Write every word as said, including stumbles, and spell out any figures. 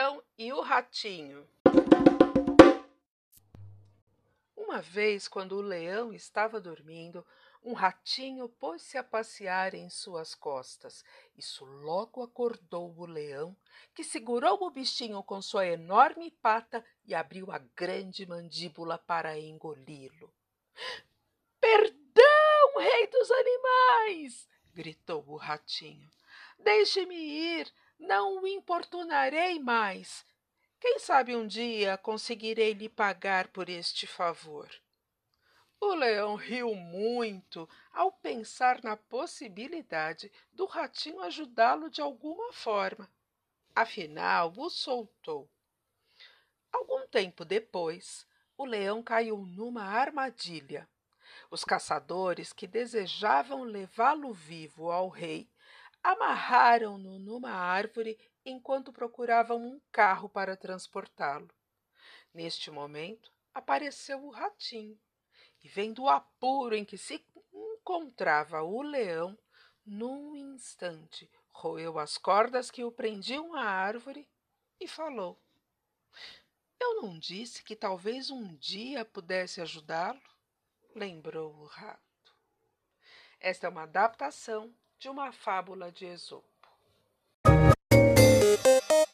Leão e o Ratinho. Uma vez, quando o leão estava dormindo, um ratinho pôs-se a passear em suas costas. Isso logo acordou o leão, que segurou o bichinho com sua enorme pata e abriu a grande mandíbula para engoli-lo. "Perdão, rei dos animais!" gritou o ratinho. "Deixe-me ir, não o importunarei mais. Quem sabe um dia conseguirei lhe pagar por este favor." O leão riu muito ao pensar na possibilidade do ratinho ajudá-lo de alguma forma. Afinal, o soltou. Algum tempo depois, o leão caiu numa armadilha. Os caçadores, que desejavam levá-lo vivo ao rei, amarraram-no numa árvore enquanto procuravam um carro para transportá-lo. Neste momento, apareceu o ratinho e, vendo o apuro em que se encontrava o leão, num instante roeu as cordas que o prendiam à árvore e falou: "Eu não disse que talvez um dia pudesse ajudá-lo?" lembrou o rato. Esta é uma adaptação de uma fábula de Esopo.